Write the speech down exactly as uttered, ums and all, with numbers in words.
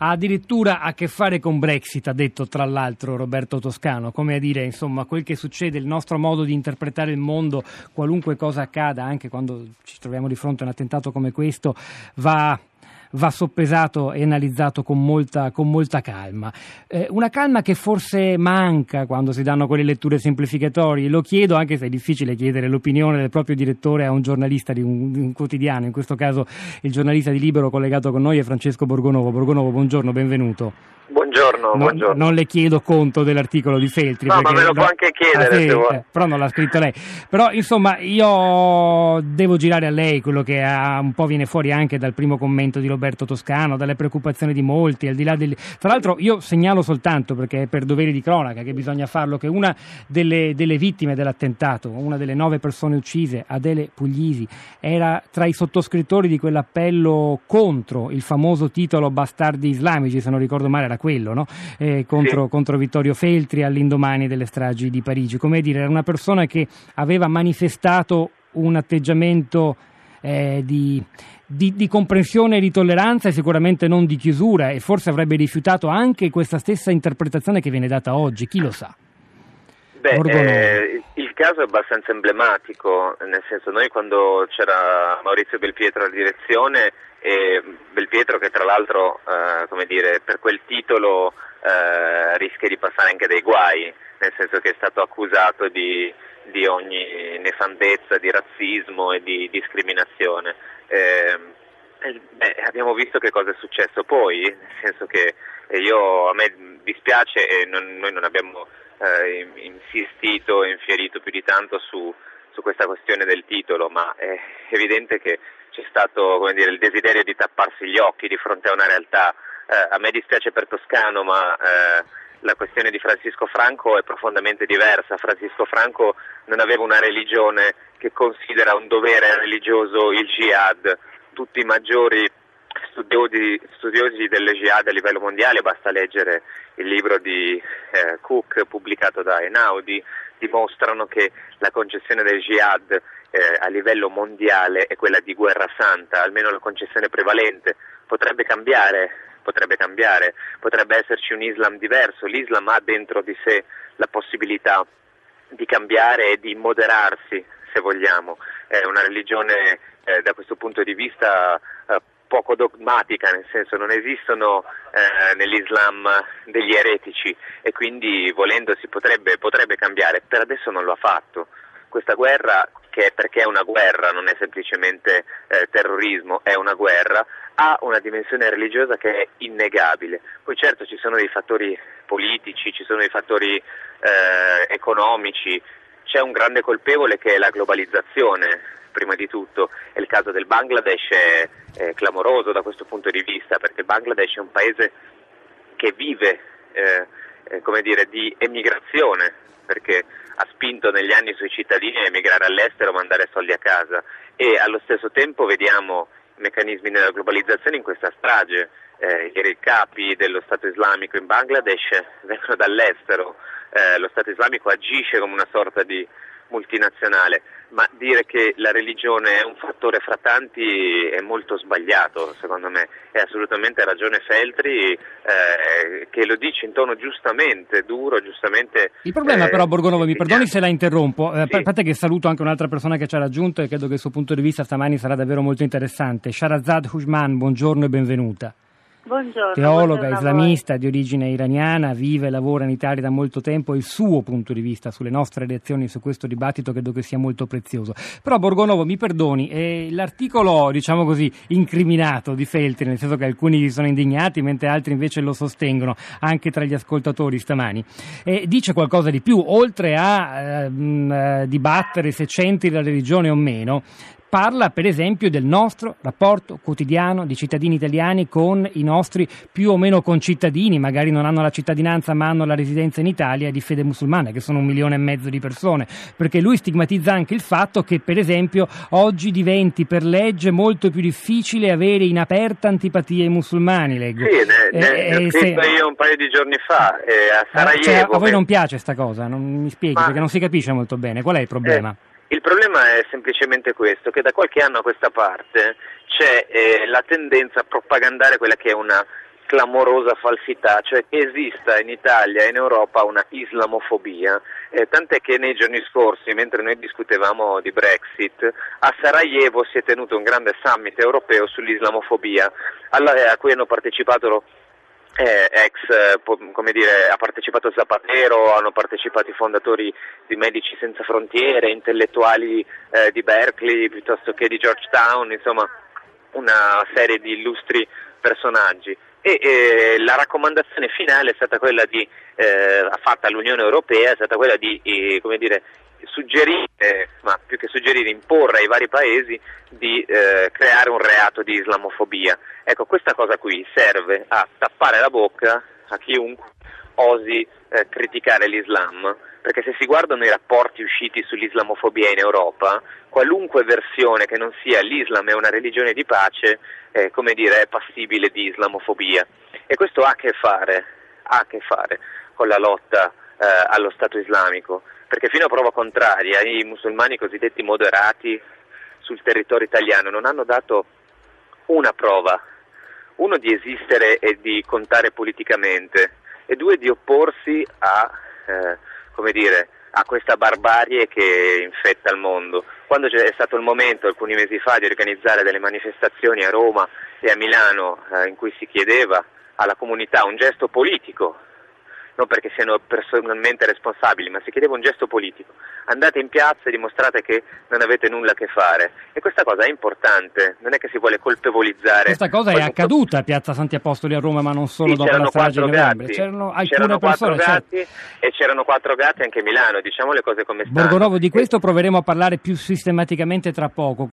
ha addirittura a che fare con Brexit, ha detto tra l'altro Roberto Toscano, come a dire, insomma, quel che succede, il nostro modo di interpretare il mondo, qualunque cosa accada, anche quando ci troviamo di fronte a un attentato come questo, va... va soppesato e analizzato con molta, con molta calma. Eh, una calma che forse manca quando si danno quelle letture semplificatorie. Lo chiedo, anche se è difficile chiedere l'opinione del proprio direttore a un giornalista di un, di un quotidiano, in questo caso il giornalista di Libero collegato con noi è Francesco Borgonovo. Borgonovo, buongiorno, benvenuto. Buongiorno, non, buongiorno. Non le chiedo conto dell'articolo di Feltri. No, ma me lo no, può anche chiedere, ah, sì, se vuole. Eh, però non l'ha scritto lei. Però, insomma, io devo girare a lei quello che ha, un po' viene fuori anche dal primo commento di Roberto Toscano, dalle preoccupazioni di molti, al di là del... Tra l'altro io segnalo soltanto, perché è per dovere di cronaca che bisogna farlo, che una delle, delle vittime dell'attentato, una delle nove persone uccise, Adele Puglisi, era tra i sottoscrittori di quell'appello contro il famoso titolo Bastardi islamici, se non ricordo male era quello, no? Eh, contro, sì. contro Vittorio Feltri all'indomani delle stragi di Parigi. Come dire, era una persona che aveva manifestato un atteggiamento eh, di, di, di comprensione e di tolleranza e sicuramente non di chiusura, e forse avrebbe rifiutato anche questa stessa interpretazione che viene data oggi, chi lo sa. Beh, eh, il caso è abbastanza emblematico, nel senso, noi quando c'era Maurizio Belpietro alla direzione, e Belpietro che tra l'altro eh, come dire, per quel titolo eh, rischia di passare anche dei guai, nel senso che è stato accusato di, di ogni nefandezza, di razzismo e di discriminazione. Eh, beh, abbiamo visto che cosa è successo poi, nel senso che io, a me dispiace e non, noi non abbiamo eh, insistito e infierito più di tanto su, su questa questione del titolo, ma è evidente che c'è stato, come dire, il desiderio di tapparsi gli occhi di fronte a una realtà. Eh, a me dispiace per Toscano, ma eh, la questione di Francisco Franco è profondamente diversa. Francisco Franco non aveva una religione che considera un dovere religioso il jihad. Tutti i maggiori studiosi, studiosi del jihad a livello mondiale, basta leggere il libro di eh, Cook pubblicato da Einaudi, dimostrano che la concezione del jihad eh, a livello mondiale è quella di guerra santa, almeno la concezione prevalente. Potrebbe cambiare, potrebbe cambiare, potrebbe esserci un Islam diverso. L'Islam ha dentro di sé la possibilità di cambiare e di moderarsi, se vogliamo. È una religione eh, da questo punto di vista eh, poco dogmatica, nel senso non esistono eh, nell'Islam degli eretici e quindi volendo si potrebbe, potrebbe cambiare. Per adesso non lo ha fatto. Questa guerra, che è perché è una guerra, non è semplicemente eh, terrorismo, è una guerra, ha una dimensione religiosa che è innegabile. Poi certo ci sono dei fattori politici, ci sono dei fattori eh, economici, c'è un grande colpevole che è la globalizzazione, prima di tutto, e il caso del Bangladesh è, è clamoroso da questo punto di vista, perché il Bangladesh è un paese che vive eh, eh, come dire, di emigrazione, perché ha spinto negli anni i suoi cittadini a emigrare all'estero, mandare soldi a casa, e allo stesso tempo vediamo i meccanismi della globalizzazione in questa strage. Eh, i capi dello Stato islamico in Bangladesh vengono dall'estero, eh, lo Stato islamico agisce come una sorta di multinazionale, ma dire che la religione è un fattore fra tanti è molto sbagliato, secondo me. È assolutamente ragione Feltri eh, che lo dice in tono giustamente duro, giustamente. Il problema eh, però, Borgonovo, mi perdoni se la interrompo, eh, sì. a parte che saluto anche un'altra persona che ci ha raggiunto e credo che il suo punto di vista stamani sarà davvero molto interessante. Shahrazad Houshman, buongiorno e benvenuta. Buongiorno, teologa buongiorno islamista di origine iraniana, vive e lavora in Italia da molto tempo, e il suo punto di vista sulle nostre reazioni su questo dibattito credo che sia molto prezioso. Però Borgonovo, mi perdoni, eh, l'articolo, diciamo così, incriminato di Feltri, nel senso che alcuni si sono indignati mentre altri invece lo sostengono, anche tra gli ascoltatori stamani, eh, dice qualcosa di più, oltre a eh, mh, dibattere se c'entri la religione o meno. Parla per esempio del nostro rapporto quotidiano di cittadini italiani con i nostri più o meno concittadini, magari non hanno la cittadinanza ma hanno la residenza in Italia, di fede musulmana, che sono un milione e mezzo di persone, perché lui stigmatizza anche il fatto che per esempio oggi diventi per legge molto più difficile avere in aperta antipatia ai musulmani, leggo. Sì, ne, ne, eh, ne ho scritto se... io un paio di giorni fa eh, a Sarajevo. Cioè, a voi non piace sta cosa? Non mi spieghi, ma... perché non si capisce molto bene. Qual è il problema? Eh. Il problema è semplicemente questo, che da qualche anno a questa parte c'è eh, la tendenza a propagandare quella che è una clamorosa falsità, cioè che esista in Italia e in Europa una islamofobia, eh, tant'è che nei giorni scorsi, mentre noi discutevamo di Brexit, a Sarajevo si è tenuto un grande summit europeo sull'islamofobia, alla, a cui hanno partecipato Eh, ex, eh, come dire, ha partecipato Zapatero, hanno partecipato i fondatori di Medici Senza Frontiere, intellettuali eh, di Berkeley piuttosto che di Georgetown, insomma una serie di illustri personaggi. E eh, la raccomandazione finale è stata quella di, eh, fatta all'Unione Europea, è stata quella di, eh, come dire, suggerire, ma più che suggerire, imporre ai vari paesi di eh, creare un reato di islamofobia. Ecco, questa cosa qui serve a tappare la bocca a chiunque osi eh, criticare l'Islam, perché se si guardano i rapporti usciti sull'islamofobia in Europa, qualunque versione che non sia l'Islam è una religione di pace, eh, come dire, è passibile di islamofobia. E questo ha a che fare, ha a che fare con la lotta eh, allo Stato islamico, perché fino a prova contraria i musulmani cosiddetti moderati sul territorio italiano non hanno dato una prova, uno di esistere e di contare politicamente, e due di opporsi a, eh, come dire, a questa barbarie che infetta il mondo. Quando c'è stato il momento, alcuni mesi fa, di organizzare delle manifestazioni a Roma e a Milano eh, in cui si chiedeva alla comunità un gesto politico, non perché siano personalmente responsabili, ma si chiedeva un gesto politico. Andate in piazza e dimostrate che non avete nulla a che fare. E questa cosa è importante, non è che si vuole colpevolizzare. Questa cosa è accaduta a Piazza Santi Apostoli a Roma, ma non solo, sì, dopo la strage di novembre. C'erano alcune c'erano persone, quattro gatti, certo. E c'erano quattro gatti anche a Milano, diciamo le cose come stanno. Borgonovo, di questo proveremo a parlare più sistematicamente tra poco.